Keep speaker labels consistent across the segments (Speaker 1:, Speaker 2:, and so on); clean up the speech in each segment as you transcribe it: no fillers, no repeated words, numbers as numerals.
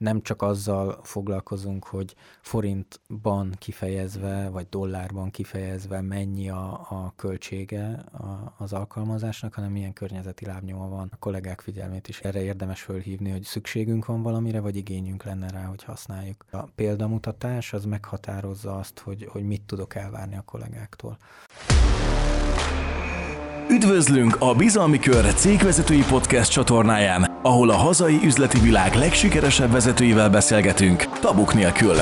Speaker 1: nem csak azzal foglalkozunk, hogy forintban kifejezve, vagy dollárban kifejezve mennyi a költsége az alkalmazásnak, hanem milyen környezeti lábnyoma van. A kollégák figyelmét is erre érdemes fölhívni, hogy szükségünk van valamire, vagy igényünk lenne rá, hogy használjuk. A példamutatás az meghatározza azt, hogy mit tudok elvárni a kollégáktól.
Speaker 2: Üdvözlünk a Bizalmi Kör cégvezetői podcast csatornáján, ahol a hazai üzleti világ legsikeresebb vezetőivel beszélgetünk, tabuk nélkül.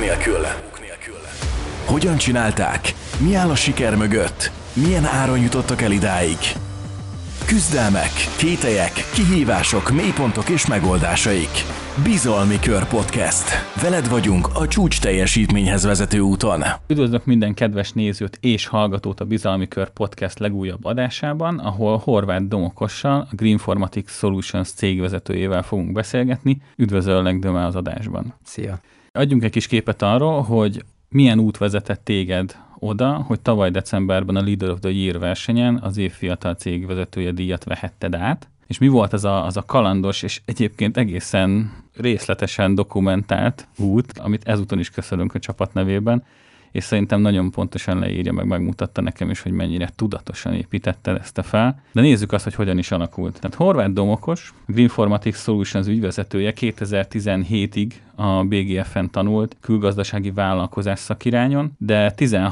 Speaker 2: Hogyan csinálták? Mi áll a siker mögött? Milyen áron jutottak el idáig? Küzdelmek, kételyek, kihívások, mélypontok és megoldásaik. Bizalmi Kör Podcast. Veled vagyunk a csúcs teljesítményhez vezető úton.
Speaker 3: Üdvözlök minden kedves nézőt és hallgatót a Bizalmi Kör Podcast legújabb adásában, ahol Horváth Domokossal, a Greenformatics Solutions cégvezetőjével fogunk beszélgetni. Üdvözöllek, Döme, az adásban.
Speaker 1: Szia!
Speaker 3: Adjunk egy kis képet arról, hogy milyen út vezetett téged oda, hogy tavaly decemberben a Leader of the Year versenyen az év fiatal cégvezetője díjat vehetted át. És mi volt az a kalandos és egyébként egészen részletesen dokumentált út, amit ezúton is köszönünk a csapat nevében, és szerintem nagyon pontosan leírja, megmutatta nekem is, hogy mennyire tudatosan építetted ezt fel. De nézzük azt, hogy hogyan is alakult. Tehát Horváth Domokos, Greenformatics Solutions ügyvezetője 2017-ig a BGF-en tanult külgazdasági vállalkozás szakirányon, de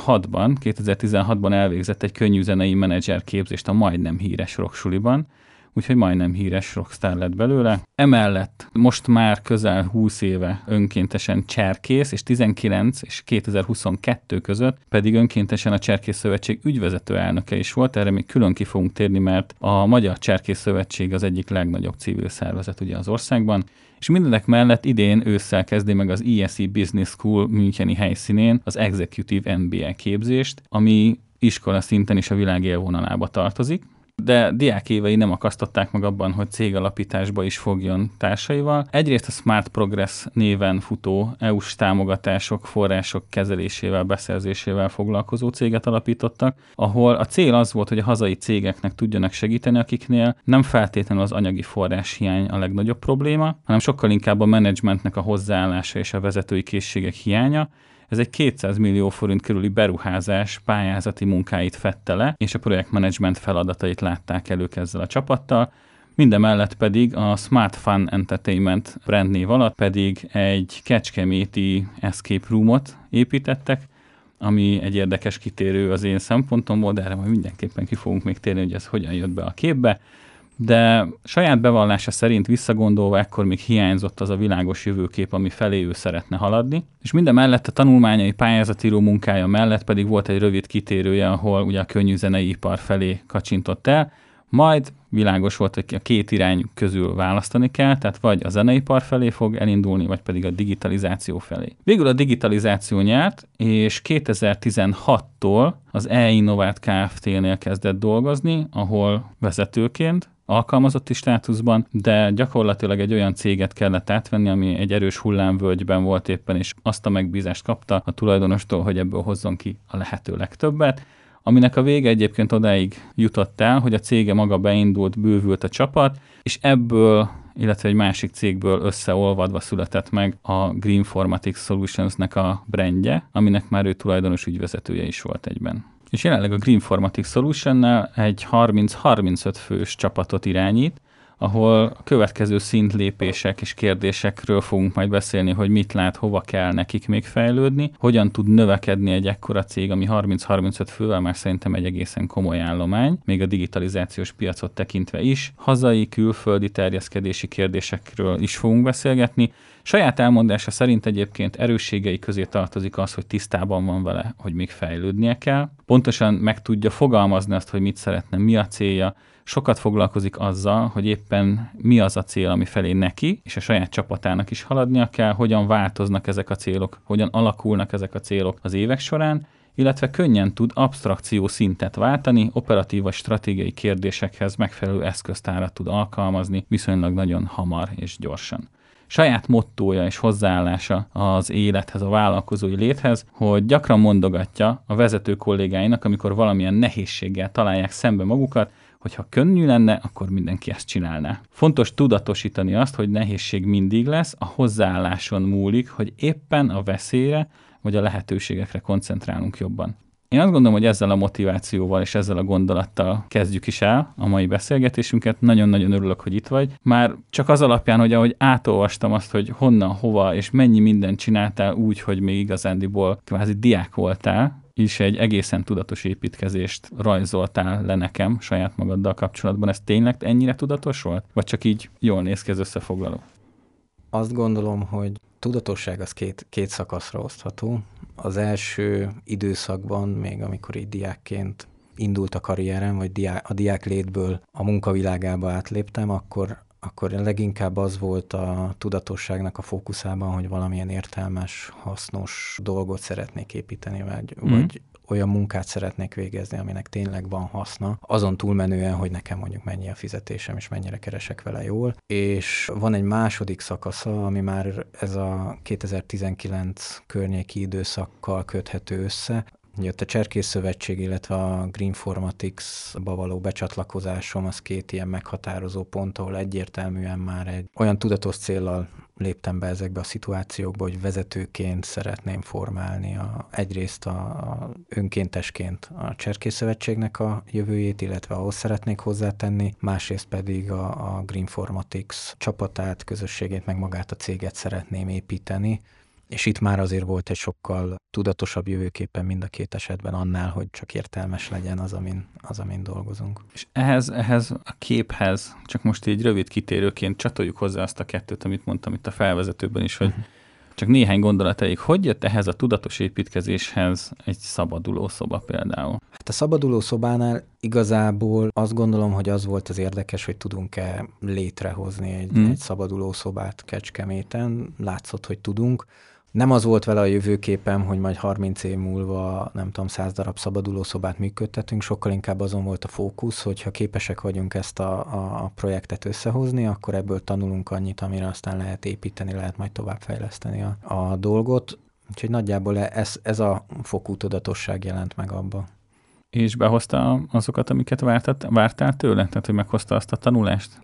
Speaker 3: 2016-ban elvégzett egy könnyűzenei menedzser képzést a majdnem híres Rocksuliban, úgyhogy majdnem híres rockstar lett belőle. Emellett most már közel 20 éve önkéntesen cserkész, és 19 és 2022 között pedig önkéntesen a Cserkész Szövetség ügyvezető elnöke is volt. Erre még külön ki fogunk térni, mert a Magyar Cserkész Szövetség az egyik legnagyobb civil szervezet ugye az országban. És mindenek mellett idén ősszel kezdi meg az ESE Business School müncheni helyszínén az Executive MBA képzést, ami iskola szinten is a világ élvonalába tartozik. De diákévei nem akasztották meg abban, hogy cégalapításba is fogjon társaival. Egyrészt a Smart Progress néven futó EU-s támogatások, források kezelésével, beszerzésével foglalkozó céget alapítottak, ahol a cél az volt, hogy a hazai cégeknek tudjanak segíteni, akiknél nem feltétlenül az anyagi forráshiány a legnagyobb probléma, hanem sokkal inkább a menedzsmentnek a hozzáállása és a vezetői készségek hiánya. Ez egy 200 millió forint körüli beruházás pályázati munkáit fedte le, és a projektmenedzsment feladatait látták elő ezzel a csapattal. Mindemellett pedig a Smart Fun Entertainment brandnév alatt pedig egy kecskeméti escape roomot építettek, ami egy érdekes kitérő az én szempontomból, de erre majd mindenképpen ki fogunk még térni, hogy ez hogyan jött be a képbe. De saját bevallása szerint visszagondolva ekkor még hiányzott az a világos jövőkép, ami felé ő szeretne haladni. És mindemellett a tanulmányai pályázatíró munkája mellett pedig volt egy rövid kitérője, ahol ugye a könnyűzenei ipar felé kacsintott el, majd világos volt, hogy a két irány közül választani kell, tehát vagy a zeneipar felé fog elindulni, vagy pedig a digitalizáció felé. Végül a digitalizáció nyert, és 2016-tól az e-Innovát Kft-nél kezdett dolgozni, ahol vezetőként, alkalmazotti státuszban, de gyakorlatilag egy olyan céget kellett átvenni, ami egy erős hullámvölgyben volt éppen, és azt a megbízást kapta a tulajdonostól, hogy ebből hozzon ki a lehető legtöbbet, aminek a vége egyébként odáig jutott el, hogy a cége maga beindult, bővült a csapat, és ebből, illetve egy másik cégből összeolvadva született meg a Greenformatics Solutionsnek a brandje, aminek már ő tulajdonos ügyvezetője is volt egyben. És jelenleg a Greenformatics Solutionnál egy 30-35 fős csapatot irányít, ahol a következő szintlépések és kérdésekről fogunk majd beszélni, hogy mit lát, hova kell nekik még fejlődni, hogyan tud növekedni egy ekkora cég, ami 30-35 fővel már szerintem egy egészen komoly állomány, még a digitalizációs piacot tekintve is. Hazai, külföldi terjeszkedési kérdésekről is fogunk beszélgetni. Saját elmondása szerint egyébként erősségei közé tartozik az, hogy tisztában van vele, hogy még fejlődnie kell. Pontosan meg tudja fogalmazni azt, hogy mit szeretne, mi a célja. Sokat foglalkozik azzal, hogy éppen mi az a cél, ami felé neki és a saját csapatának is haladnia kell, hogyan változnak ezek a célok, hogyan alakulnak ezek a célok az évek során, illetve könnyen tud absztrakció szintet váltani, operatív vagy stratégiai kérdésekhez megfelelő eszköztárat tud alkalmazni viszonylag nagyon hamar és gyorsan. Saját mottója és hozzáállása az élethez, a vállalkozói léthez, hogy gyakran mondogatja a vezető kollégáinak, amikor valamilyen nehézséggel találják szembe magukat, hogyha könnyű lenne, akkor mindenki ezt csinálná. Fontos tudatosítani azt, hogy nehézség mindig lesz, a hozzáálláson múlik, hogy éppen a veszélyre vagy a lehetőségekre koncentrálunk jobban. Én azt gondolom, hogy ezzel a motivációval és ezzel a gondolattal kezdjük is el a mai beszélgetésünket. Nagyon-nagyon örülök, hogy itt vagy. Már csak az alapján, hogy ahogy átolvastam azt, hogy honnan, hova és mennyi mindent csináltál úgy, hogy még igazándiból kvázi diák voltál, és egy egészen tudatos építkezést rajzoltál le nekem saját magaddal kapcsolatban. Ez tényleg ennyire tudatos volt? Vagy csak így jól néz ki az összefoglaló?
Speaker 1: Azt gondolom, hogy tudatosság az két szakaszra osztható. Az első időszakban, még amikor így diákként indult a karrierem, vagy a diák létből a munkavilágába átléptem, akkor leginkább az volt a tudatosságnak a fókuszában, hogy valamilyen értelmes, hasznos dolgot szeretnék építeni, vagy olyan munkát szeretnék végezni, aminek tényleg van haszna, azon túlmenően, hogy nekem mondjuk mennyi a fizetésem, és mennyire keresek vele jól. És van egy második szakasza, ami már ez a 2019 környéki időszakkal köthető össze. Jött a Cserkész Szövetség, illetve a Greenformatics-ba való becsatlakozásom, az két ilyen meghatározó pont, ahol egyértelműen már egy olyan tudatos céllal léptem be ezekbe a szituációkba, hogy vezetőként szeretném formálni egyrészt önkéntesként a Cserkész Szövetségnek a jövőjét, illetve ahhoz szeretnék hozzátenni, másrészt pedig a Greenformatics csapatát, közösségét, meg magát a céget szeretném építeni. És itt már azért volt egy sokkal tudatosabb jövőképpen mind a két esetben annál, hogy csak értelmes legyen az, amin dolgozunk.
Speaker 3: És ehhez a képhez, csak most így rövid kitérőként csatoljuk hozzá azt a kettőt, amit mondtam itt a felvezetőben is, hogy csak néhány gondolat elég. Hogy jött ehhez a tudatos építkezéshez egy szabaduló szoba például?
Speaker 1: Hát a szabaduló szobánál igazából azt gondolom, hogy az volt az érdekes, hogy tudunk-e létrehozni egy szabaduló szobát Kecskeméten. Látszott, hogy tudunk. Nem az volt vele a jövőképem, hogy majd 30 év múlva, nem tudom, 100 darab szabadulószobát működtetünk, sokkal inkább azon volt a fókusz, hogyha képesek vagyunk ezt a projektet összehozni, akkor ebből tanulunk annyit, amire aztán lehet építeni, lehet majd továbbfejleszteni a dolgot. Úgyhogy nagyjából ez a fokú tudatosság jelent meg abba.
Speaker 3: És behozta azokat, amiket vártál tőle? Tehát, hogy meghozta azt a tanulást?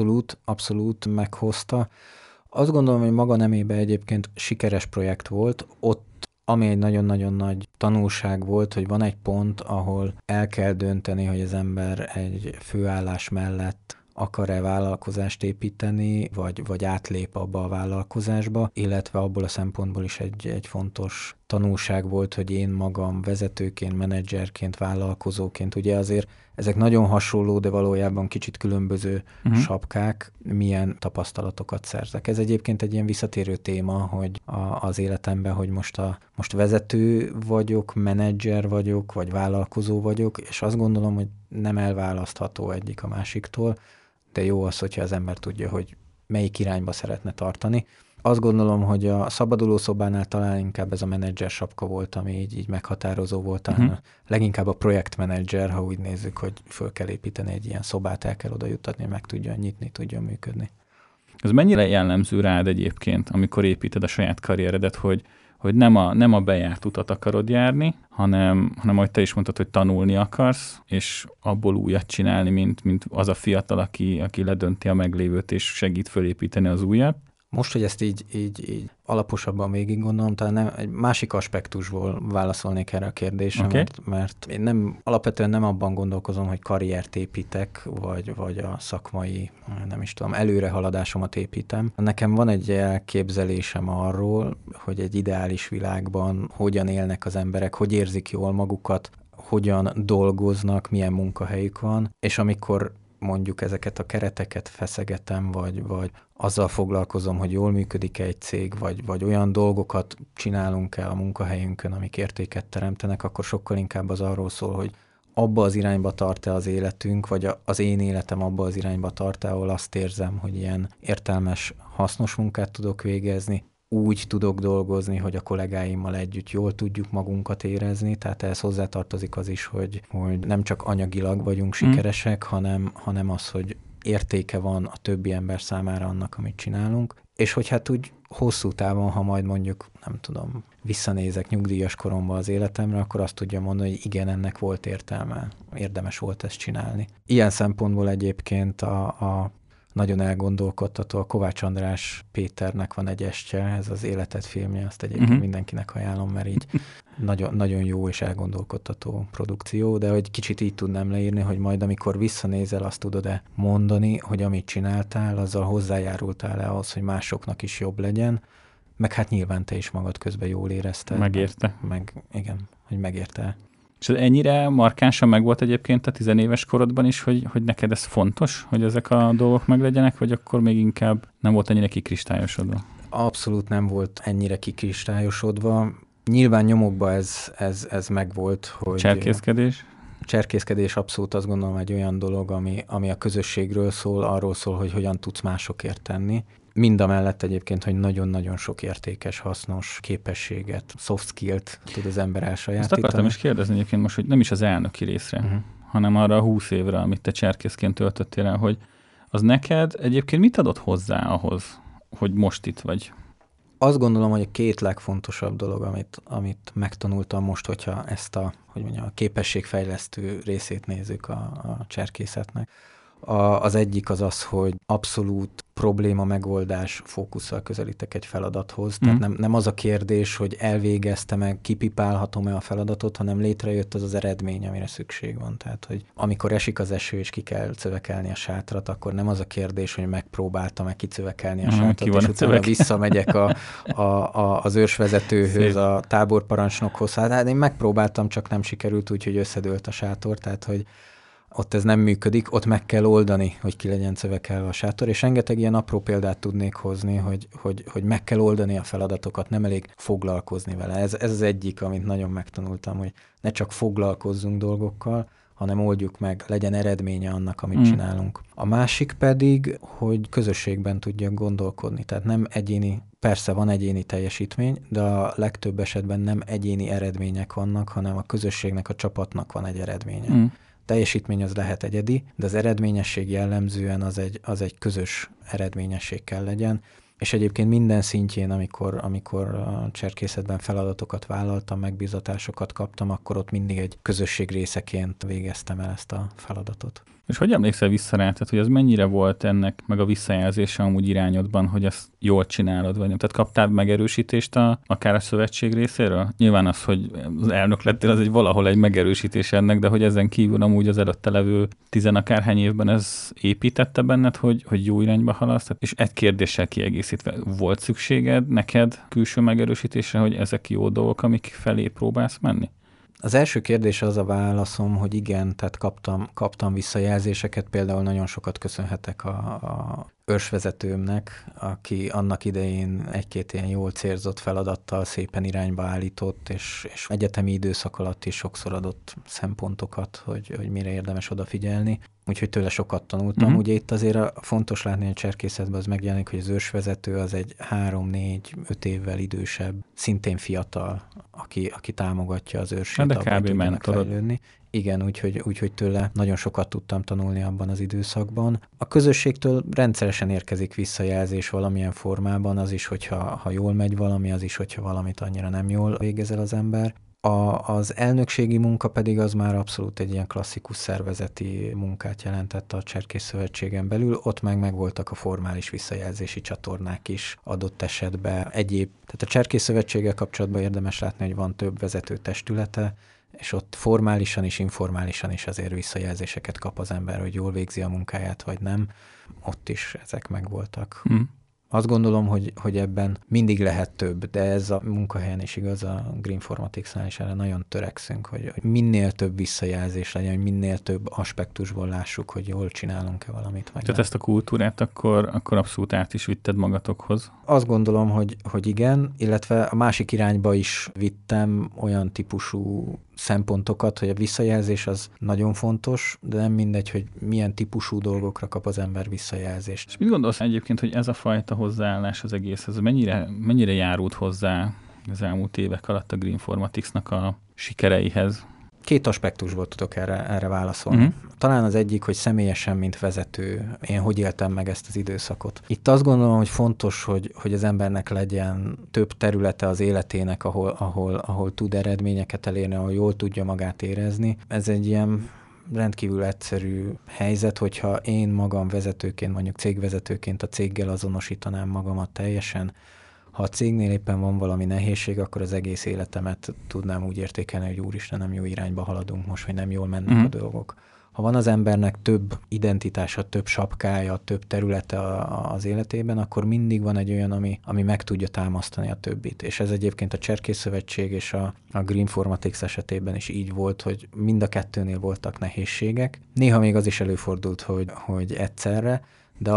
Speaker 1: Abszolút meghozta. Azt gondolom, hogy maga nemében egyébként sikeres projekt volt. Ott, ami egy nagyon-nagyon nagy tanulság volt, hogy van egy pont, ahol el kell dönteni, hogy az ember egy főállás mellett akar-e vállalkozást építeni, vagy átlép abba a vállalkozásba, illetve abból a szempontból is egy fontos tanulság volt, hogy én magam vezetőként, menedzserként, vállalkozóként, ugye azért ezek nagyon hasonló, de valójában kicsit különböző sapkák, milyen tapasztalatokat szerzek. Ez egyébként egy ilyen visszatérő téma, hogy az életemben, hogy most vezető vagyok, menedzser vagyok, vagy vállalkozó vagyok, és azt gondolom, hogy nem elválasztható egyik a másiktól, de jó az, hogyha az ember tudja, hogy melyik irányba szeretne tartani. Azt gondolom, hogy a szabadulószobánál talán inkább ez a menedzser sapka volt, ami így meghatározó volt. Leginkább a projektmenedzser, ha úgy nézzük, hogy föl kell építeni egy ilyen szobát, el kell oda juttatni, meg tudjon nyitni, tudjon működni.
Speaker 3: Ez mennyire jellemző rád egyébként, amikor építed a saját karrieredet, hogy nem a bejárt utat akarod járni, hanem ahogy te is mondtad, hogy tanulni akarsz, és abból újat csinálni, mint az a fiatal, aki ledönti a meglévőt, és segít fölépíteni az újat.
Speaker 1: Most, hogy ezt így alaposabban végig gondolom, talán egy másik aspektusból válaszolnék erre a kérdésre,
Speaker 3: Okay.
Speaker 1: mert én alapvetően nem abban gondolkozom, hogy karriert építek, vagy a szakmai, nem is tudom, előrehaladásomat építem. Nekem van egy elképzelésem arról, hogy egy ideális világban hogyan élnek az emberek, hogy érzik jól magukat, hogyan dolgoznak, milyen munkahelyük van, és amikor mondjuk ezeket a kereteket feszegetem, vagy azzal foglalkozom, hogy jól működik egy cég, vagy olyan dolgokat csinálunk-e a munkahelyünkön, amik értéket teremtenek, akkor sokkal inkább az arról szól, hogy abba az irányba tart-e az életünk, vagy az én életem abba az irányba tart-e, ahol azt érzem, hogy ilyen értelmes, hasznos munkát tudok végezni, úgy tudok dolgozni, hogy a kollégáimmal együtt jól tudjuk magunkat érezni, tehát ehhez hozzátartozik az is, hogy nem csak anyagilag vagyunk sikeresek, hanem az, hogy értéke van a többi ember számára annak, amit csinálunk, és hogy hát úgy hosszú távon, ha majd mondjuk, nem tudom, visszanézek nyugdíjas koromban az életemre, akkor azt tudja mondani, hogy igen, ennek volt értelme, érdemes volt ezt csinálni. Ilyen szempontból egyébként a nagyon elgondolkodtató, a Kovács András Péternek van egy estje, ez az Életed filmje, azt egyébként mindenkinek ajánlom, mert így nagyon, nagyon jó és elgondolkodtató produkció, de hogy kicsit így tudnám leírni, hogy majd amikor visszanézel, azt tudod-e mondani, hogy amit csináltál, azzal hozzájárultál-e ahhoz, hogy másoknak is jobb legyen, meg hát nyilván te is magad közben jól érezted.
Speaker 3: Megérte.
Speaker 1: Igen, hogy megérte.
Speaker 3: És ez ennyire markánsan megvolt egyébként a 10 éves korodban is, hogy neked ez fontos, hogy ezek a dolgok meglegyenek, vagy akkor még inkább nem volt ennyire kikristályosodva?
Speaker 1: Abszolút nem volt ennyire kikristályosodva. Nyilván nyomokban ez megvolt, hogy...
Speaker 3: Cserkészkedés?
Speaker 1: Cserkészkedés abszolút azt gondolom egy olyan dolog, ami a közösségről szól, arról szól, hogy hogyan tudsz másokért tenni. Mindamellett egyébként, hogy nagyon-nagyon sok értékes, hasznos képességet, soft skillt tud az ember elsajátítani.
Speaker 3: Ezt akartam is kérdezni egyébként most, hogy nem is az elnöki részre, hanem arra a 20 évre, amit te cserkészként töltöttél el, hogy az neked egyébként mit adott hozzá ahhoz, hogy most itt vagy?
Speaker 1: Azt gondolom, hogy a két legfontosabb dolog, amit megtanultam most, hogyha ezt a képességfejlesztő részét nézzük a cserkészetnek. Az egyik az, hogy abszolút probléma megoldás fókusszal közelítek egy feladathoz. Tehát nem az a kérdés, hogy elvégezte meg, kipipálhatom-e a feladatot, hanem létrejött az eredmény, amire szükség van. Tehát, hogy amikor esik az eső, és ki kell cövekelni a sátrat, akkor nem az a kérdés, hogy megpróbáltam-e kicövekelni a sátrat, és utána visszamegyek az őrsvezetőhöz, a táborparancsnokhoz. Hát én megpróbáltam, csak nem sikerült, úgyhogy összedőlt a sátor, tehát, hogy ott ez nem működik, ott meg kell oldani, hogy ki legyen cövekelve a sátor, és rengeteg ilyen apró példát tudnék hozni, hogy meg kell oldani a feladatokat, nem elég foglalkozni vele. Ez az egyik, amit nagyon megtanultam, hogy ne csak foglalkozzunk dolgokkal, hanem oldjuk meg, legyen eredménye annak, amit csinálunk. A másik pedig, hogy közösségben tudjak gondolkodni, tehát nem egyéni, persze van egyéni teljesítmény, de a legtöbb esetben nem egyéni eredmények vannak, hanem a közösségnek, a csapatnak van egy eredménye. Teljesítmény az lehet egyedi, de az eredményesség jellemzően az egy közös eredményesség kell legyen, és egyébként minden szintjén, amikor a cserkészetben feladatokat vállaltam, megbízatásokat kaptam, akkor ott mindig egy közösség részeként végeztem el ezt a feladatot.
Speaker 3: És hogy emlékszel vissza rá, tehát, hogy ez mennyire volt ennek, meg a visszajelzése amúgy irányodban, hogy ezt jól csinálod, vagy nem? Tehát kaptál megerősítést akár a szövetség részéről? Nyilván az, hogy az elnök lettél, az valahol egy megerősítés ennek, de hogy ezen kívül amúgy az előtte levő 10 akárhány évben ez építette benned, hogy jó irányba haladsz? És egy kérdéssel kiegészítve, volt szükséged neked külső megerősítésre, hogy ezek jó dolgok, amik felé próbálsz menni?
Speaker 1: Az első kérdés az a válaszom, hogy igen, tehát kaptam visszajelzéseket, például nagyon sokat köszönhetek a őrsvezetőmnek, aki annak idején egy-két ilyen jól célzott feladattal szépen irányba állított, és egyetemi időszak alatt is sokszor adott szempontokat, hogy mire érdemes odafigyelni. Úgyhogy tőle sokat tanultam. Ugye itt azért fontos látni, hogy a cserkészetben az megjelenik, hogy az őrsvezető az egy 3-4-5 évvel idősebb, szintén fiatal, aki támogatja az őrsét, abban tudjanak fejlődni. Igen, úgyhogy tőle nagyon sokat tudtam tanulni abban az időszakban. A közösségtől rendszeresen érkezik visszajelzés valamilyen formában, az is, hogyha jól megy valami, az is, hogyha valamit annyira nem jól végezel az ember. Az elnökségi munka pedig az már abszolút egy ilyen klasszikus szervezeti munkát jelentett a Cserkészszövetségen belül, ott megvoltak a formális visszajelzési csatornák is adott esetben. Tehát a Cserkészszövetséggel kapcsolatban érdemes látni, hogy van több vezető testülete, és ott formálisan és informálisan is azért visszajelzéseket kap az ember, hogy jól végzi a munkáját, vagy nem. Ott is ezek megvoltak. Azt gondolom, hogy ebben mindig lehet több, de ez a munkahelyen is igaz, a Greenformaticsnál is erre nagyon törekszünk, hogy minél több visszajelzés legyen, hogy minél több aspektusból lássuk, hogy jól csinálunk-e valamit.
Speaker 3: Tehát ezt a kultúrát akkor abszolút át is vitted magatokhoz?
Speaker 1: Azt gondolom, hogy igen, illetve a másik irányba is vittem olyan típusú szempontokat, hogy a visszajelzés az nagyon fontos, de nem mindegy, hogy milyen típusú dolgokra kap az ember visszajelzést.
Speaker 3: És mit gondolsz egyébként, hogy ez a fajta hozzáállás az egészhez, mennyire járult hozzá az elmúlt évek alatt a Greenformaticsnak a sikereihez?
Speaker 1: Két aspektusból tudok erre válaszolni. Talán az egyik, hogy személyesen, mint vezető, én hogy éltem meg ezt az időszakot. Itt azt gondolom, hogy fontos, hogy az embernek legyen több területe az életének, ahol tud eredményeket elérni, ahol jól tudja magát érezni. Ez egy ilyen rendkívül egyszerű helyzet, hogyha én magam vezetőként, mondjuk cégvezetőként a céggel azonosítanám magamat teljesen. Ha a cégnél éppen van valami nehézség, akkor az egész életemet tudnám úgy értékelni, hogy úristen, nem jó irányba haladunk most, vagy nem jól mennek a dolgok. Ha van az embernek több identitása, több sapkája, több területe az életében, akkor mindig van egy olyan, ami meg tudja támasztani a többit. És ez egyébként a Cserkészszövetség és a Greenformatics esetében is így volt, hogy mind a kettőnél voltak nehézségek. Néha még az is előfordult, hogy egyszerre, de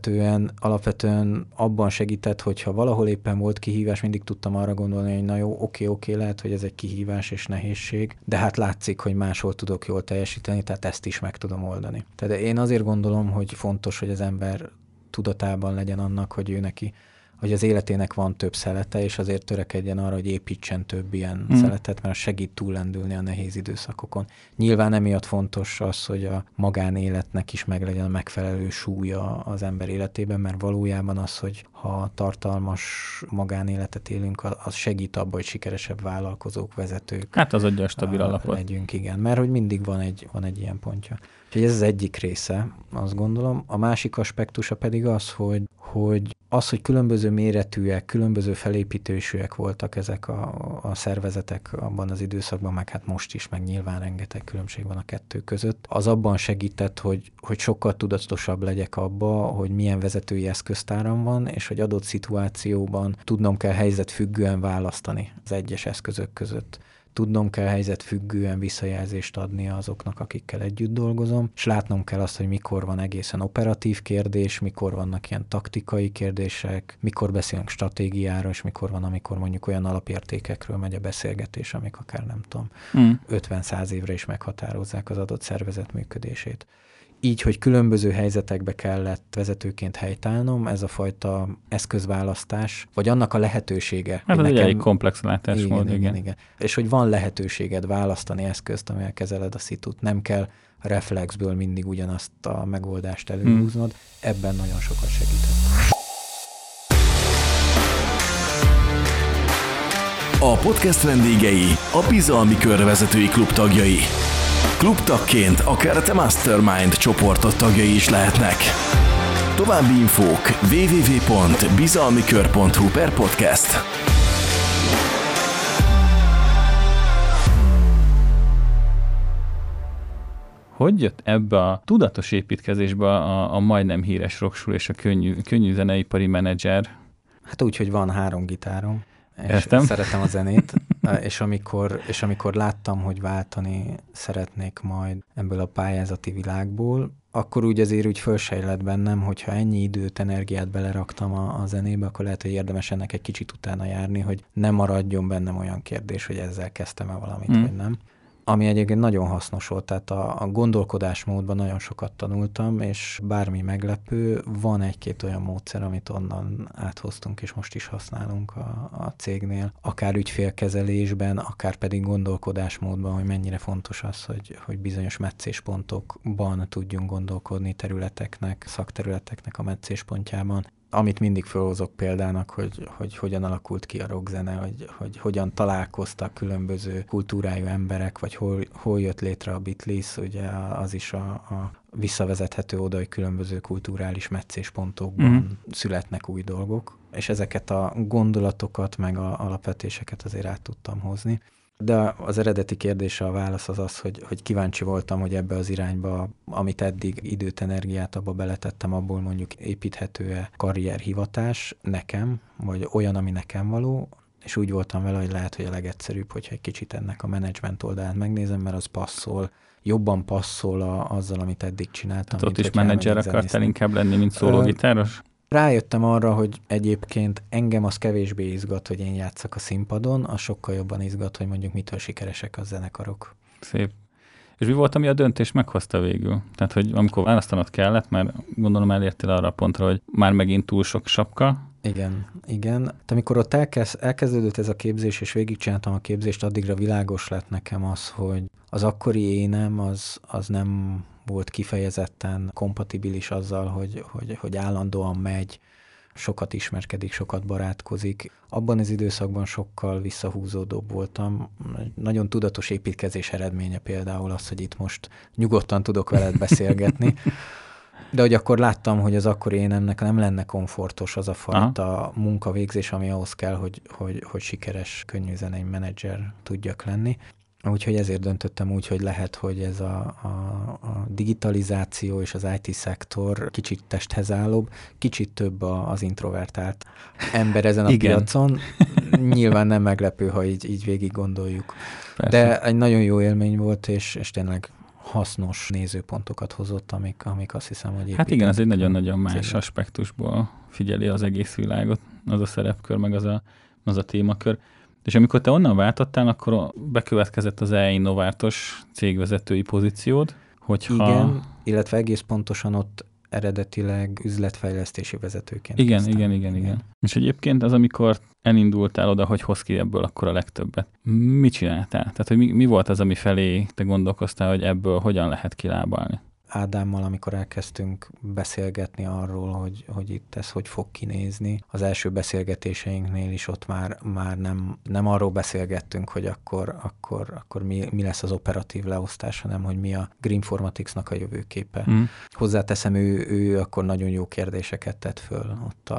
Speaker 1: alapvetően abban segített, hogyha valahol éppen volt kihívás, mindig tudtam arra gondolni, hogy na jó, oké, lehet, hogy ez egy kihívás és nehézség, de hát látszik, hogy máshol tudok jól teljesíteni, tehát ezt is meg tudom oldani. Tehát én azért gondolom, hogy fontos, hogy az ember tudatában legyen annak, hogy az életének van több szelete, és azért törekedjen arra, hogy építsen több ilyen szeletet, mert segít túllendülni a nehéz időszakokon. Nyilván emiatt fontos az, hogy a magánéletnek is meglegyen a megfelelő súlya az ember életében, mert valójában az, hogy ha tartalmas magánéletet élünk, az segít abban, hogy sikeresebb vállalkozók, vezetők.
Speaker 3: Hát az adja a stabil alapot.
Speaker 1: Legyünk, igen, mert hogy mindig van egy ilyen pontja. Úgyhogy ez az egyik része, azt gondolom. A másik aspektusa pedig az, hogy különböző méretűek, különböző felépítésűek voltak ezek a szervezetek abban az időszakban, meg hát most is, meg nyilván rengeteg különbség van a kettő között. Az abban segített, hogy sokkal tudatosabb legyek abba, hogy milyen vezetői eszköztáram van, és hogy adott szituációban tudnom kell helyzetfüggően választani az egyes eszközök között. Tudnom kell helyzetfüggően visszajelzést adni azoknak, akikkel együtt dolgozom, és látnom kell azt, hogy mikor van egészen operatív kérdés, mikor vannak ilyen taktikai kérdések, mikor beszélünk stratégiáról, és mikor van, amikor mondjuk olyan alapértékekről megy a beszélgetés, amik akár nem tudom, 50-100 évre is meghatározzák az adott szervezet működését. Így, hogy különböző helyzetekbe kellett vezetőként helytállnom, ez a fajta eszközválasztás, vagy annak a lehetősége.
Speaker 3: Hát ez egy elég komplex látásmód,
Speaker 1: igen. És hogy van lehetőséged választani eszközt, amivel kezeled a szitut. Nem kell reflexből mindig ugyanazt a megoldást előhúznod. Ebben nagyon sokat segített.
Speaker 2: A podcast vendégei a Bizalmi Kör vezetői klub tagjai. Klubtagként akár te Mastermind csoportot tagjai is lehetnek. További infók www.bizalmikör.hu/podcast.
Speaker 3: Hogy jött ebbe a tudatos építkezésbe a majdnem híres rocksul és a könnyű zeneipari menedzser?
Speaker 1: Hát úgy, hogy van 3 gitárom. És szeretem a zenét, és amikor láttam, hogy váltani szeretnék majd ebből a pályázati világból, akkor úgy azért úgy fölsejlett bennem, hogyha ennyi időt, energiát beleraktam a zenébe, akkor lehet, hogy érdemes ennek egy kicsit utána járni, hogy ne maradjon bennem olyan kérdés, hogy ezzel kezdtem-e valamit, vagy nem. Ami egyébként nagyon hasznos volt, tehát a gondolkodásmódban nagyon sokat tanultam, és bármi meglepő, van egy-két olyan módszer, amit onnan áthoztunk, és most is használunk a cégnél. Akár ügyfélkezelésben, akár pedig gondolkodásmódban, hogy mennyire fontos az, hogy bizonyos meccéspontokban tudjunk gondolkodni területeknek, szakterületeknek a meccéspontjában. Amit mindig felhozok példának, hogy hogyan alakult ki a rockzene, hogy hogyan találkoztak különböző kultúrájú emberek, vagy hol jött létre a Beatles, ugye az is a visszavezethető oda, hogy különböző kulturális meccéspontokban születnek új dolgok, és ezeket a gondolatokat, meg a alapvetéseket azért át tudtam hozni. De az eredeti kérdése, a válasz az, hogy kíváncsi voltam, hogy ebbe az irányba, amit eddig időt, energiát abba beletettem, abból mondjuk építhető-e karrierhivatás nekem, vagy olyan, ami nekem való, és úgy voltam vele, hogy lehet, hogy a legegyszerűbb, hogyha egy kicsit ennek a menedzsment oldalát megnézem, mert az passzol, jobban passzol azzal, amit eddig csináltam.
Speaker 3: Tehát ott is menedzser akartál inkább lenni, mint szólógitáros?
Speaker 1: Rájöttem arra, hogy egyébként engem az kevésbé izgat, hogy én játszak a színpadon, az sokkal jobban izgat, hogy mondjuk mitől sikeresek a zenekarok.
Speaker 3: Szép. És mi volt, ami a döntés meghozta végül? Tehát, hogy amikor választanod kellett, mert gondolom elértél arra a pontra, hogy már megint túl sok sapka.
Speaker 1: Igen. De amikor ott elkezdődött ez a képzés, és végigcsináltam a képzést, addigra világos lett nekem az, hogy az akkori énem az nem volt kifejezetten kompatibilis azzal, hogy állandóan megy, sokat ismerkedik, sokat barátkozik. Abban az időszakban sokkal visszahúzódóbb voltam. Nagyon tudatos építkezés eredménye például az, hogy itt most nyugodtan tudok veled beszélgetni. De hogy akkor láttam, hogy az akkori énemnek nem lenne komfortos az a fajta munkavégzés, ami ahhoz kell, hogy sikeres könnyű zenei menedzser tudjak lenni. Úgyhogy ezért döntöttem úgy, hogy lehet, hogy ez a digitalizáció és az IT-szektor kicsit testhez állóbb, kicsit több az introvertált ember ezen a piacon. Nyilván nem meglepő, ha így végig gondoljuk. Persze. De egy nagyon jó élmény volt, és tényleg hasznos nézőpontokat hozott, amik azt hiszem, hogy
Speaker 3: hát igen, ez egy nagyon-nagyon más aspektusból figyeli az egész világot, az a szerepkör, meg az a témakör. És amikor te onnan váltottál, akkor bekövetkezett az e-innovártos cégvezetői pozíciód, hogyha...
Speaker 1: Igen, illetve egész pontosan ott eredetileg üzletfejlesztési vezetőként.
Speaker 3: Igen. És egyébként az, amikor elindultál oda, hogy hoz ki ebből akkor a legtöbbet. Mit csináltál? Tehát, hogy mi volt az, ami felé te gondolkoztál, hogy ebből hogyan lehet kilábalni?
Speaker 1: Ádámmal, amikor elkezdtünk beszélgetni arról, hogy itt ez hogy fog kinézni, az első beszélgetéseinknél is ott már nem arról beszélgettünk, hogy akkor mi lesz az operatív leosztás, hanem hogy mi a Greenformaticsnak a jövőképe. Hozzáteszem, ő akkor nagyon jó kérdéseket tett föl ott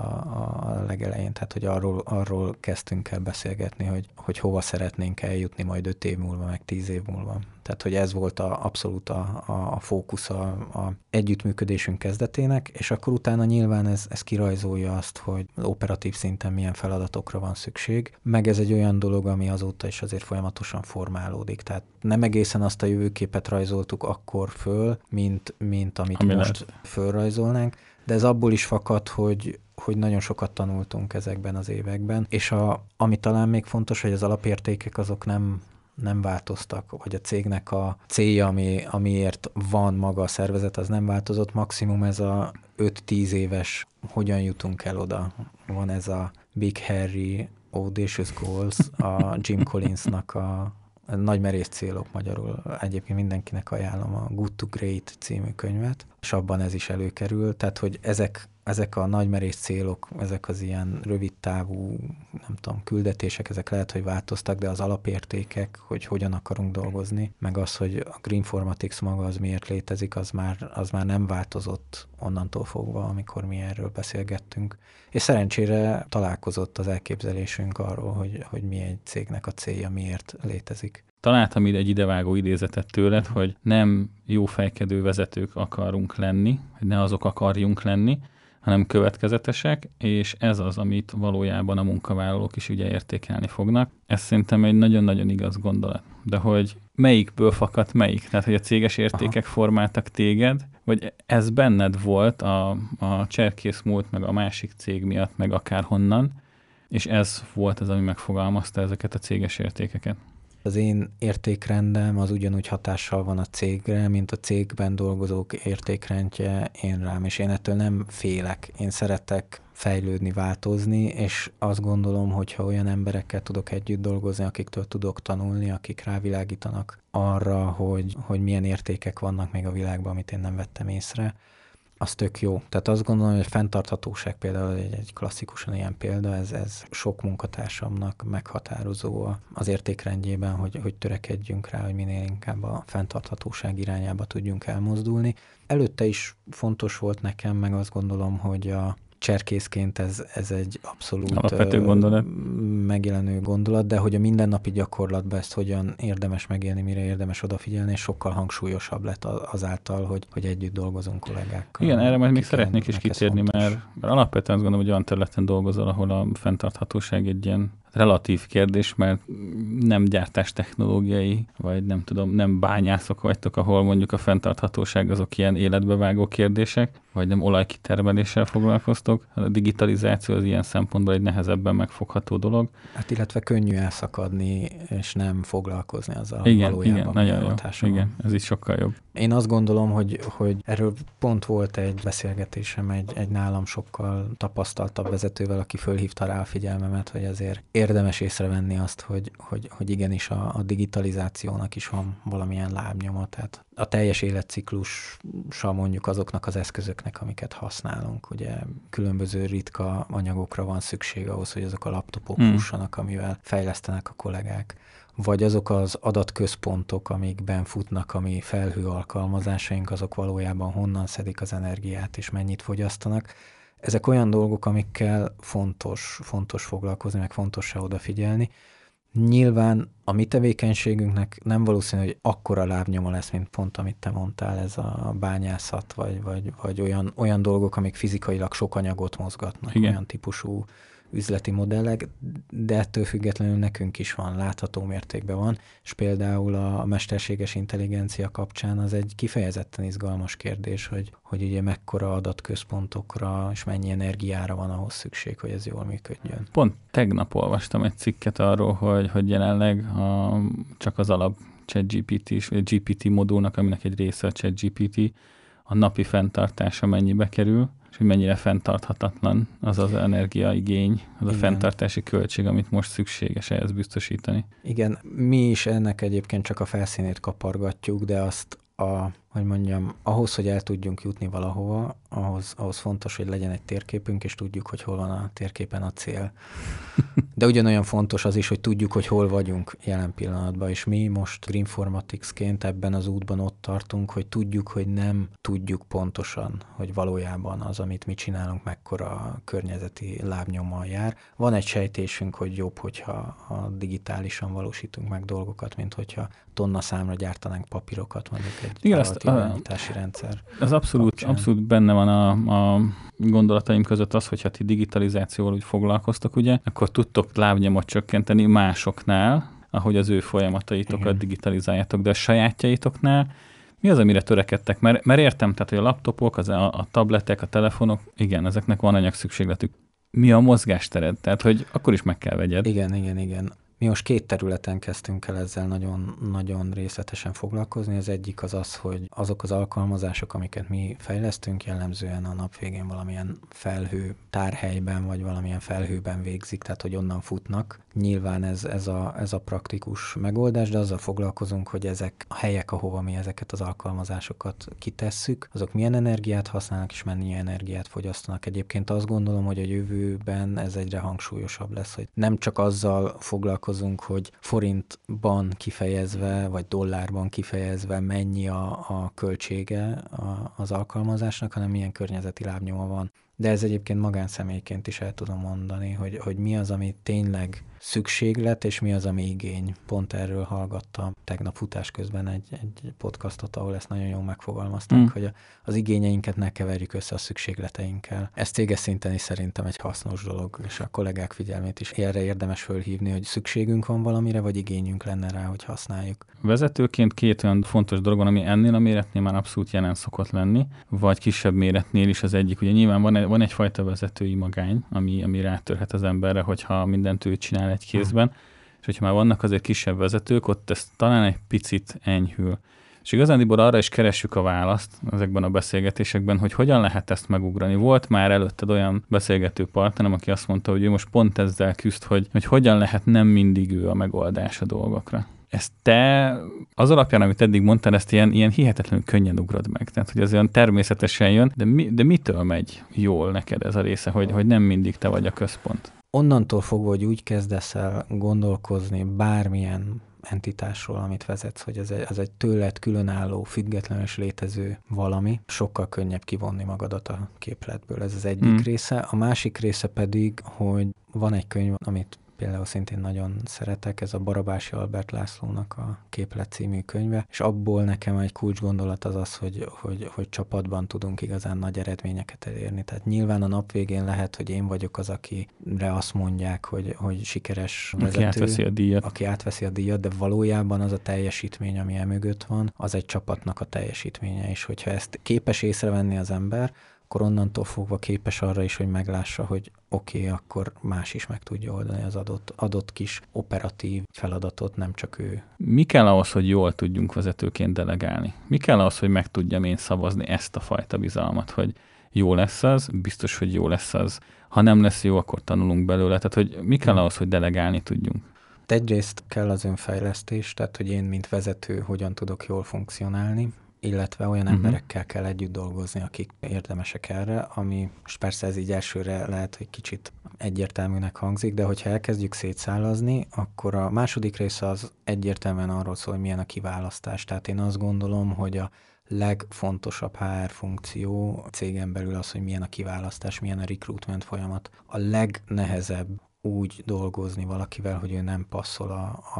Speaker 1: a legelején, tehát hogy arról kezdtünk el beszélgetni, hogy hova szeretnénk eljutni majd 5 év múlva, meg 10 év múlva. Tehát, hogy ez volt abszolút a fókusz a együttműködésünk kezdetének, és akkor utána nyilván ez kirajzolja azt, hogy operatív szinten milyen feladatokra van szükség, meg ez egy olyan dolog, ami azóta is azért folyamatosan formálódik. Tehát nem egészen azt a jövőképet rajzoltuk akkor föl, mint amit most fölrajzolnánk, de ez abból is fakad, hogy nagyon sokat tanultunk ezekben az években, és ami talán még fontos, hogy az alapértékek azok nem változtak, vagy a cégnek a célja, amiért van maga a szervezet, az nem változott. Maximum ez a 5-10 éves, hogyan jutunk el oda. Van ez a Big Hairy Audacious Goals, a Jim Collinsnak a Nagy merész célok magyarul. Egyébként mindenkinek ajánlom a Good to Great című könyvet, és abban ez is előkerül. Tehát, hogy ezek a nagy merész célok, ezek az ilyen rövid távú, nem tudom, küldetések, ezek lehet, hogy változtak, de az alapértékek, hogy hogyan akarunk dolgozni, meg az, hogy a Greenformatics maga az miért létezik, az már nem változott onnantól fogva, amikor mi erről beszélgettünk. És szerencsére találkozott az elképzelésünk arról, hogy mi egy cégnek a célja, miért létezik.
Speaker 3: Találtam egy idevágó idézetet tőled, hogy nem jó fejkedő vezetők akarunk lenni, hogy ne azok akarjunk lenni, hanem következetesek, és ez az, amit valójában a munkavállalók is ugye értékelni fognak. Ez szerintem egy nagyon-nagyon igaz gondolat. De hogy melyikből fakadt melyik? Tehát, hogy a céges értékek formáltak téged, vagy ez benned volt a Cserkész Múlt, meg a másik cég miatt, meg akárhonnan, és ez volt az, ami megfogalmazta ezeket a céges értékeket?
Speaker 1: Az én értékrendem az ugyanúgy hatással van a cégre, mint a cégben dolgozók értékrendje én rám, és én ettől nem félek. Én szeretek fejlődni, változni, és azt gondolom, hogyha olyan emberekkel tudok együtt dolgozni, akiktől tudok tanulni, akik rávilágítanak arra, hogy milyen értékek vannak még a világban, amit én nem vettem észre, az tök jó. Tehát azt gondolom, hogy a fenntarthatóság például egy klasszikusan ilyen példa, ez sok munkatársamnak meghatározó az értékrendjében, hogy törekedjünk rá, hogy minél inkább a fenntarthatóság irányába tudjunk elmozdulni. Előtte is fontos volt nekem, meg azt gondolom, hogy a cserkészként ez egy abszolút
Speaker 3: alapvető gondolat.
Speaker 1: Megjelenő gondolat, de hogy a mindennapi gyakorlatban ezt hogyan érdemes megélni, mire érdemes odafigyelni, és sokkal hangsúlyosabb lett azáltal, hogy együtt dolgozunk kollégákkal.
Speaker 3: Igen, erre majd még szeretnék is kitérni, mert alapvetően azt gondolom, hogy olyan területen dolgozol, ahol a fenntarthatóság egy ilyen relatív kérdés, mert nem gyártástechnológiai, vagy nem tudom, nem bányászok vagytok, ahol mondjuk a fenntarthatóság azok ilyen életbevágó kérdések, vagy nem olajkitermeléssel foglalkoztok. A digitalizáció az ilyen szempontból egy nehezebben megfogható dolog.
Speaker 1: Hát illetve könnyű elszakadni, és nem foglalkozni azzal valójában.
Speaker 3: Igen, nagyon jó. Igen, ez is sokkal jobb.
Speaker 1: Én azt gondolom, hogy erről pont volt egy beszélgetésem egy nálam sokkal tapasztaltabb vezetővel, aki fölhívta rá a figyelmemet, hogy azért érdemes észrevenni azt, hogy igenis a digitalizációnak is van valamilyen lábnyoma. Tehát a teljes életciklusa mondjuk azoknak az eszközöknek, amiket használunk. Ugye különböző ritka anyagokra van szükség ahhoz, hogy azok a laptopok fussanak, amivel fejlesztenek a kollégák. Vagy azok az adatközpontok, amikben futnak a mi felhő alkalmazásaink, azok valójában honnan szedik az energiát és mennyit fogyasztanak. Ezek olyan dolgok, amikkel fontos foglalkozni, meg fontos se odafigyelni. Nyilván a mi tevékenységünknek nem valószínű, hogy akkora lábnyoma lesz, mint pont amit te mondtál, ez a bányászat, vagy olyan dolgok, amik fizikailag sok anyagot mozgatnak, igen. Olyan típusú üzleti modellek, de ettől függetlenül nekünk is van, látható mértékben van, és például a mesterséges intelligencia kapcsán az egy kifejezetten izgalmas kérdés, hogy ugye mekkora adatközpontokra és mennyi energiára van ahhoz szükség, hogy ez jól működjön.
Speaker 3: Pont tegnap olvastam egy cikket arról, hogy jelenleg csak az alap ChatGPT-s, vagy GPT modulnak, aminek egy része a ChatGPT, a napi fenntartása mennyibe kerül, és hogy mennyire fenntarthatatlan az az energiaigény, az a fenntartási költség, amit most szükséges ehhez biztosítani.
Speaker 1: Igen, mi is ennek egyébként csak a felszínét kapargatjuk, de azt ahhoz, hogy el tudjunk jutni valahova, ahhoz fontos, hogy legyen egy térképünk, és tudjuk, hogy hol van a térképen a cél. De ugyanolyan fontos az is, hogy tudjuk, hogy hol vagyunk jelen pillanatban, és mi most Greenformaticsként ebben az útban ott tartunk, hogy tudjuk, hogy nem tudjuk pontosan, hogy valójában az, amit mi csinálunk, mekkora környezeti lábnyommal jár. Van egy sejtésünk, hogy jobb, hogyha digitálisan valósítunk meg dolgokat, mint hogyha tonna számra gyártanánk papírokat, mondjuk egy irányítási rendszer.
Speaker 3: Az abszolút benne van a gondolataim között az, hogyha ti digitalizációval úgy foglalkoztok, ugye, akkor tudtok lábnyomot csökkenteni másoknál, ahogy az ő folyamataitokat digitalizáljátok, de a sajátjaitoknál mi az, amire törekedtek? Mert értem, tehát, hogy a laptopok, a tabletek, a telefonok, igen, ezeknek van anyagszükségletük. Mi a mozgástered? Tehát, hogy akkor is meg kell vegyed.
Speaker 1: Igen. Mi most 2 területen kezdtünk el ezzel nagyon részletesen foglalkozni. Az egyik az, hogy azok az alkalmazások, amiket mi fejlesztünk, jellemzően a nap végén valamilyen felhő tárhelyben, vagy valamilyen felhőben végzik, tehát hogy onnan futnak. Nyilván ez a praktikus megoldás, de azzal foglalkozunk, hogy ezek a helyek, ahova mi ezeket az alkalmazásokat kitesszük, azok milyen energiát használnak, és mennyi energiát fogyasztanak. Egyébként azt gondolom, hogy a jövőben ez egyre hangsúlyosabb lesz, hogy nem csak azzal foglalkozunk, hogy forintban kifejezve, vagy dollárban kifejezve mennyi a költsége az alkalmazásnak, hanem milyen környezeti lábnyoma van. De ez egyébként magánszemélyként is el tudom mondani, hogy mi az, ami tényleg szükséglet, és mi az, ami igény. Pont erről hallgattam tegnap futás közben egy podcastot, ahol ezt nagyon jól megfogalmazták, hogy az igényeinket ne keverjük össze a szükségleteinkkel. Ez céges szinten is szerintem egy hasznos dolog, és a kollégák figyelmét is erre érdemes fölhívni, hogy szükségünk van valamire, vagy igényünk lenne rá, hogy használjuk.
Speaker 3: Vezetőként 2 olyan fontos dolog van, ami ennél a méretnél már abszolút jelen szokott lenni, vagy kisebb méretnél is az egyik. Ugye nyilván van egyfajta vezetői magány, ami rátörhet az emberre, hogyha mindent ő csinál egy kézben, és hogyha már vannak azért kisebb vezetők, ott ez talán egy picit enyhül. És igazándiból arra is keressük a választ ezekben a beszélgetésekben, hogy hogyan lehet ezt megugrani. Volt már előtted olyan beszélgető partnerem, aki azt mondta, hogy ő most pont ezzel küzd, hogy hogyan lehet nem mindig ő a megoldás a dolgokra. Ezt te az alapján, amit eddig mondtál, ezt ilyen hihetetlenül könnyen ugrod meg. Tehát, hogy az olyan természetesen jön, de mitől megy jól neked ez a része, hogy nem mindig te vagy a központ?
Speaker 1: Onnantól fogva, hogy úgy kezdesz el gondolkozni bármilyen entitásról, amit vezetsz, hogy ez egy tőled különálló, függetlenül és létező valami, sokkal könnyebb kivonni magadat a képletből. Ez az egyik része. A másik része pedig, hogy van egy könyv, amit például szintén nagyon szeretek, ez a Barabási Albert Lászlónak a Képlet című könyve, és abból nekem egy kulcsgondolat az, hogy csapatban tudunk igazán nagy eredményeket elérni. Tehát nyilván a nap végén lehet, hogy én vagyok az, akire azt mondják, hogy sikeres vezető, aki átveszi a díjat, de valójában az a teljesítmény, ami emögött van, az egy csapatnak a teljesítménye, és hogyha ezt képes észrevenni az ember, akkor onnantól fogva képes arra is, hogy meglássa, hogy oké, akkor más is meg tudja oldani az adott kis operatív feladatot, nem csak ő.
Speaker 3: Mi kell ahhoz, hogy jól tudjunk vezetőként delegálni? Mi kell ahhoz, hogy meg tudjam én szavazni ezt a fajta bizalmat, hogy jó lesz az, biztos, hogy jó lesz az. Ha nem lesz jó, akkor tanulunk belőle. Tehát, hogy mi kell ahhoz, hogy delegálni tudjunk?
Speaker 1: Egyrészt kell az önfejlesztés, tehát, hogy én, mint vezető, hogyan tudok jól funkcionálni, illetve olyan emberekkel kell együtt dolgozni, akik érdemesek erre, ami persze ez így elsőre lehet, hogy kicsit egyértelműnek hangzik, de hogyha elkezdjük szétszálazni, akkor a második része az egyértelműen arról szól, hogy milyen a kiválasztás. Tehát én azt gondolom, hogy a legfontosabb HR funkció a cégen belül az, hogy milyen a kiválasztás, milyen a recruitment folyamat. A legnehezebb úgy dolgozni valakivel, hogy ő nem passzol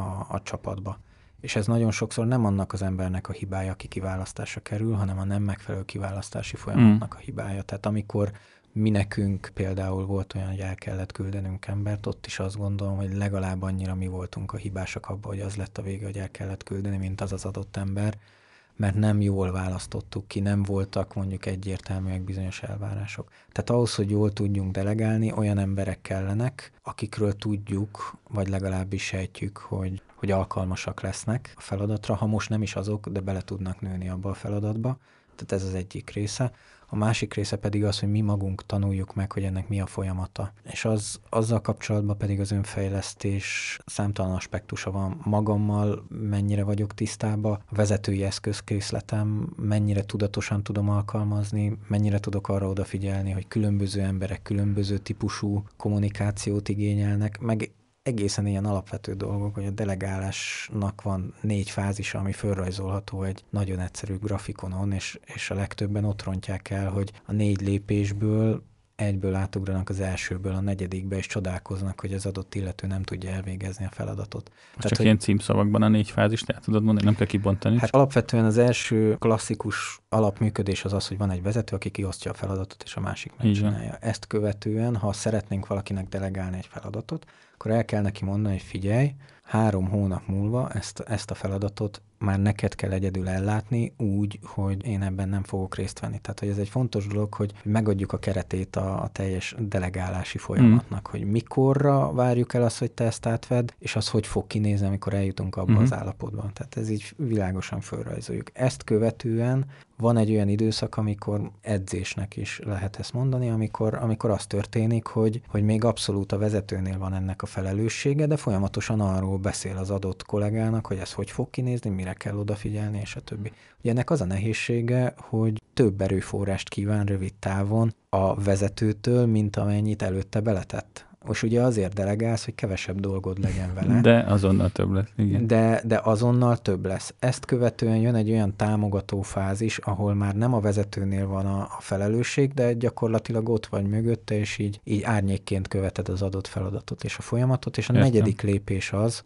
Speaker 1: a csapatba. És ez nagyon sokszor nem annak az embernek a hibája, aki kiválasztásra kerül, hanem a nem megfelelő kiválasztási folyamatnak a hibája. Tehát amikor mi nekünk például volt olyan, hogy el kellett küldenünk embert, ott is azt gondolom, hogy legalább annyira mi voltunk a hibásak abban, hogy az lett a vége, hogy el kellett küldeni, mint az adott ember, mert nem jól választottuk ki, nem voltak mondjuk egyértelműek bizonyos elvárások. Tehát ahhoz, hogy jól tudjunk delegálni, olyan emberek kellenek, akikről tudjuk, vagy legalábbis sejtjük, hogy alkalmasak lesznek a feladatra, ha most nem is azok, de bele tudnak nőni abba a feladatba. Tehát ez az egyik része. A másik része pedig az, hogy mi magunk tanuljuk meg, hogy ennek mi a folyamata. És azzal kapcsolatban pedig az önfejlesztés számtalan aspektusa van. Magammal mennyire vagyok tisztában, a vezetői eszközkészletem mennyire tudatosan tudom alkalmazni, mennyire tudok arra odafigyelni, hogy különböző emberek különböző típusú kommunikációt igényelnek, meg egészen ilyen alapvető dolgok, hogy a delegálásnak van 4 fázisa, ami fölrajzolható egy nagyon egyszerű grafikonon, és a legtöbben ott rontják el, hogy a 4 lépésből egyből átugranak az elsőből a 4. és csodálkoznak, hogy az adott illető nem tudja elvégezni a feladatot.
Speaker 3: Tehát, csak ilyen címszavakban a 4 fázist el tudod mondani, nem kell kibontani?
Speaker 1: Hát alapvetően az első klasszikus alapműködés az, hogy van egy vezető, aki kiosztja a feladatot, és a másik megcsinálja. Ezt követően, ha szeretnénk valakinek delegálni egy feladatot, akkor el kell neki mondani, hogy figyelj, 3 hónap múlva ezt a feladatot már neked kell egyedül ellátni úgy, hogy én ebben nem fogok részt venni. Tehát, hogy ez egy fontos dolog, hogy megadjuk a keretét a teljes delegálási folyamatnak, hogy mikorra várjuk el azt, hogy te ezt átvedd, és az hogy fog kinézni, amikor eljutunk abba az állapotban. Tehát ez így világosan fölrajzoljuk. Ezt követően van egy olyan időszak, amikor edzésnek is lehet ezt mondani, amikor az történik, hogy még abszolút a vezetőnél van ennek a felelőssége, de folyamatosan arról beszél az adott kollégának, hogy ez hogy fog kinézni, mire kell odafigyelni, és a többi. Ugye ennek az a nehézsége, hogy több erőforrást kíván rövid távon a vezetőtől, mint amennyit előtte beletett. És ugye azért delegálsz, hogy kevesebb dolgod legyen vele.
Speaker 3: De azonnal több lesz, igen.
Speaker 1: De azonnal több lesz. Ezt követően jön egy olyan támogató fázis, ahol már nem a vezetőnél van a felelősség, de gyakorlatilag ott vagy mögötte, és így árnyékként követed az adott feladatot és a folyamatot, és a 4. lépés az,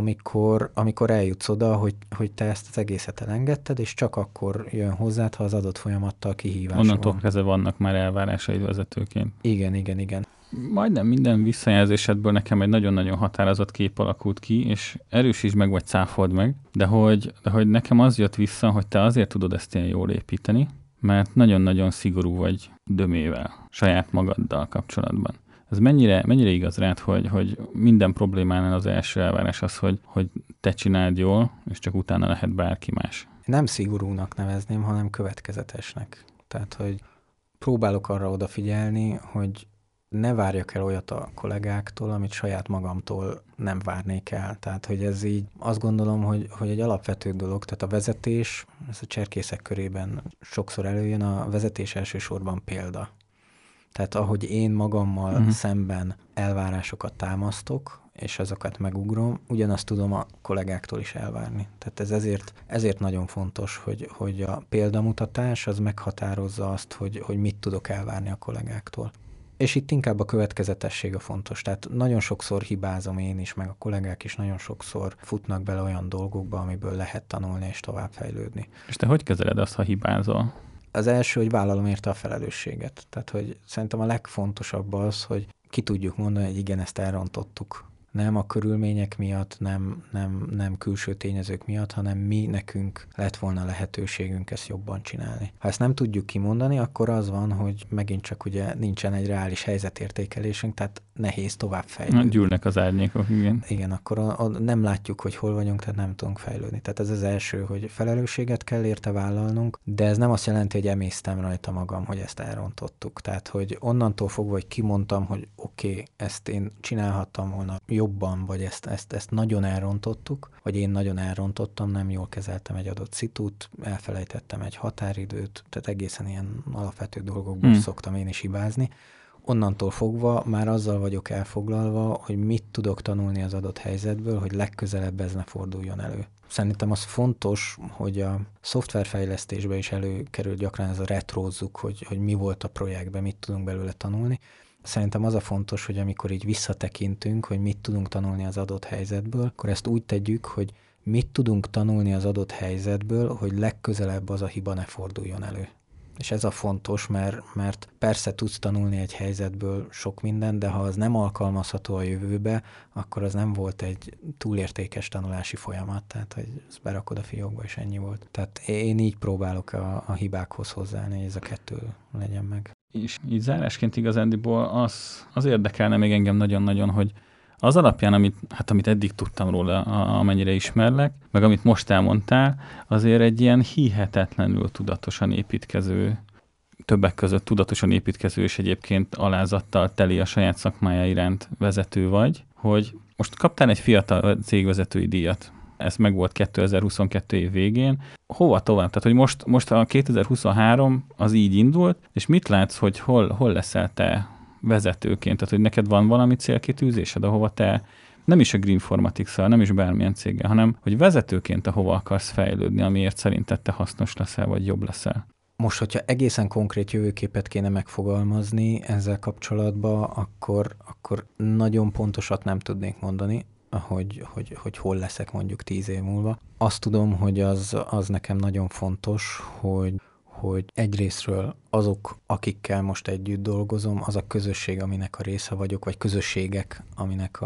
Speaker 1: amikor eljutsz oda, hogy te ezt az egészet elengedted, és csak akkor jön hozzád, ha az adott folyamattal kihívás van.
Speaker 3: Onnantól kezdve vannak már elvárásaid vezetőként.
Speaker 1: Igen.
Speaker 3: Majdnem minden visszajelzésedből nekem egy nagyon-nagyon határozott kép alakult ki, és erősítsd meg, vagy cáfold meg, de hogy nekem az jött vissza, hogy te azért tudod ezt ilyen jól építeni, mert nagyon-nagyon szigorú vagy dömével, saját magaddal kapcsolatban. Ez mennyire igaz rád, hogy minden problémánál az első elvárás az, hogy te csináld jól, és csak utána lehet bárki más?
Speaker 1: Nem szigorúnak nevezném, hanem következetesnek. Tehát, hogy próbálok arra odafigyelni, hogy ne várjak el olyat a kollégáktól, amit saját magamtól nem várnék el. Tehát, hogy ez így azt gondolom, hogy egy alapvető dolog. Tehát a vezetés, ez a cserkészek körében sokszor előjön, a vezetés elsősorban példa. Tehát ahogy én magammal szemben elvárásokat támasztok, és azokat megugrom, ugyanazt tudom a kollégáktól is elvárni. Tehát ez ezért nagyon fontos, hogy a példamutatás az meghatározza azt, hogy mit tudok elvárni a kollégáktól. És itt inkább a következetesség a fontos. Tehát nagyon sokszor hibázom én is, meg a kollégák is nagyon sokszor futnak bele olyan dolgokba, amiből lehet tanulni és továbbfejlődni.
Speaker 3: És te hogy kezeled azt, ha hibázol?
Speaker 1: Az első, hogy vállalom érte a felelősséget. Tehát, hogy szerintem a legfontosabb az, hogy ki tudjuk mondani, hogy igen, ezt elrontottuk. Nem a körülmények miatt, nem külső tényezők miatt, hanem mi nekünk lett volna lehetőségünk ezt jobban csinálni. Ha ezt nem tudjuk kimondani, akkor az van, hogy megint csak ugye nincsen egy reális helyzetértékelésünk, tehát nehéz tovább fejlődni.
Speaker 3: Gyűlnek az árnyékok, igen.
Speaker 1: Igen, akkor nem látjuk, hogy hol vagyunk, tehát nem tudunk fejlődni. Tehát ez az első, hogy felelősséget kell érte vállalnunk, de ez nem azt jelenti, hogy emésztem rajta magam, hogy ezt elrontottuk. Tehát, hogy onnantól fogva, hogy kimondtam, hogy oké, ezt én csinálhattam volna jobban, vagy ezt nagyon elrontottuk, vagy én nagyon elrontottam, nem jól kezeltem egy adott szitút, elfelejtettem egy határidőt, tehát egészen ilyen alapvető dolgokból szoktam én is hibázni. Onnantól fogva már azzal vagyok elfoglalva, hogy mit tudok tanulni az adott helyzetből, hogy legközelebb ez ne forduljon elő. Szerintem az fontos, hogy a szoftverfejlesztésbe is előkerül gyakran ez a retrózzuk, hogy mi volt a projektben, mit tudunk belőle tanulni. Szerintem az a fontos, hogy amikor így visszatekintünk, hogy mit tudunk tanulni az adott helyzetből, akkor ezt úgy tegyük, hogy mit tudunk tanulni az adott helyzetből, hogy legközelebb az a hiba ne forduljon elő. És ez a fontos, mert persze tudsz tanulni egy helyzetből sok mindent, de ha az nem alkalmazható a jövőbe, akkor az nem volt egy túlértékes tanulási folyamat, tehát hogy ezt berakod a fiókba, és ennyi volt. Tehát én így próbálok a hibákhoz hozzáállni, hogy ez a kettő legyen meg.
Speaker 3: És így zárásként igazándiból az érdekelne még engem nagyon-nagyon, hogy az alapján, amit eddig tudtam róla, amennyire ismerlek, meg amit most elmondtál, azért egy ilyen hihetetlenül tudatosan építkező, többek között tudatosan építkező és egyébként alázattal teli a saját szakmája iránt vezető vagy, hogy most kaptál egy fiatal cégvezetői díjat. Ez meg volt 2022 év végén. Hova tovább? Tehát, hogy most a 2023 az így indult, és mit látsz, hogy hol leszel te vezetőként? Tehát, hogy neked van valami célkitűzésed, ahova te nem is a Greenformatics-szal, nem is bármilyen céggel, hanem hogy vezetőként ahova akarsz fejlődni, amiért szerinted te hasznos leszel, vagy jobb leszel?
Speaker 1: Most, hogyha egészen konkrét jövőképet kéne megfogalmazni ezzel kapcsolatban, akkor nagyon pontosat nem tudnék mondani, hogy hol leszek mondjuk 10 év múlva. Azt tudom, hogy az nekem nagyon fontos, hogy egyrésztről azok, akikkel most együtt dolgozom, az a közösség, aminek a része vagyok, vagy közösségek, aminek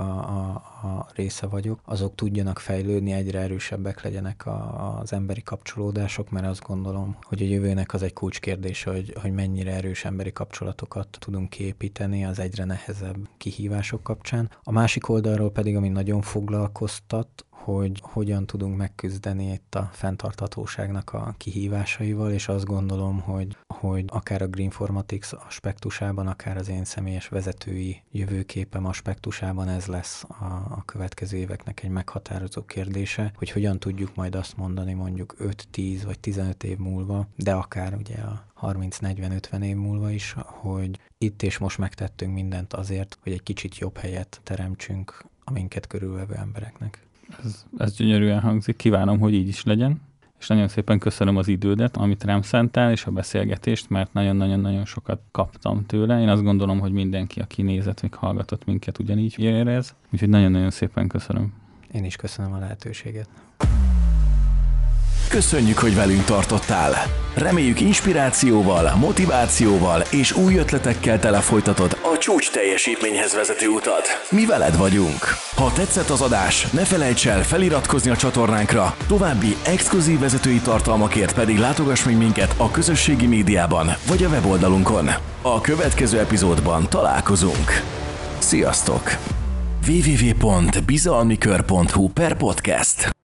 Speaker 1: a része vagyok, azok tudjanak fejlődni, egyre erősebbek legyenek az emberi kapcsolódások, mert azt gondolom, hogy a jövőnek az egy kulcskérdése, hogy mennyire erős emberi kapcsolatokat tudunk kiépíteni az egyre nehezebb kihívások kapcsán. A másik oldalról pedig, ami nagyon foglalkoztat, hogy hogyan tudunk megküzdeni itt a fenntarthatóságnak a kihívásaival, és azt gondolom, hogy akár a Greenformatics aspektusában, akár az én személyes vezetői jövőképem aspektusában ez lesz a következő éveknek egy meghatározó kérdése, hogy hogyan tudjuk majd azt mondani mondjuk 5-10 vagy 15 év múlva, de akár ugye a 30-40-50 év múlva is, hogy itt és most megtettünk mindent azért, hogy egy kicsit jobb helyet teremtsünk a minket körülvevő embereknek.
Speaker 3: Ez gyönyörűen hangzik, kívánom, hogy így is legyen, és nagyon szépen köszönöm az idődet, amit rám szántál, és a beszélgetést, mert nagyon-nagyon-nagyon sokat kaptam tőle. Én azt gondolom, hogy mindenki, aki nézett, még hallgatott minket, ugyanígy érez, úgyhogy nagyon-nagyon szépen köszönöm.
Speaker 1: Én is köszönöm a lehetőséget.
Speaker 2: Köszönjük, hogy velünk tartottál! Reméljük inspirációval, motivációval és új ötletekkel tele folytatod a csúcs teljesítményhez vezető utat. Mi veled vagyunk! Ha tetszett az adás, ne felejts el feliratkozni a csatornánkra, további exkluzív vezetői tartalmakért pedig látogass meg minket a közösségi médiában vagy a weboldalunkon. A következő epizódban találkozunk. Sziasztok! www.bizalmikör.hu/podcast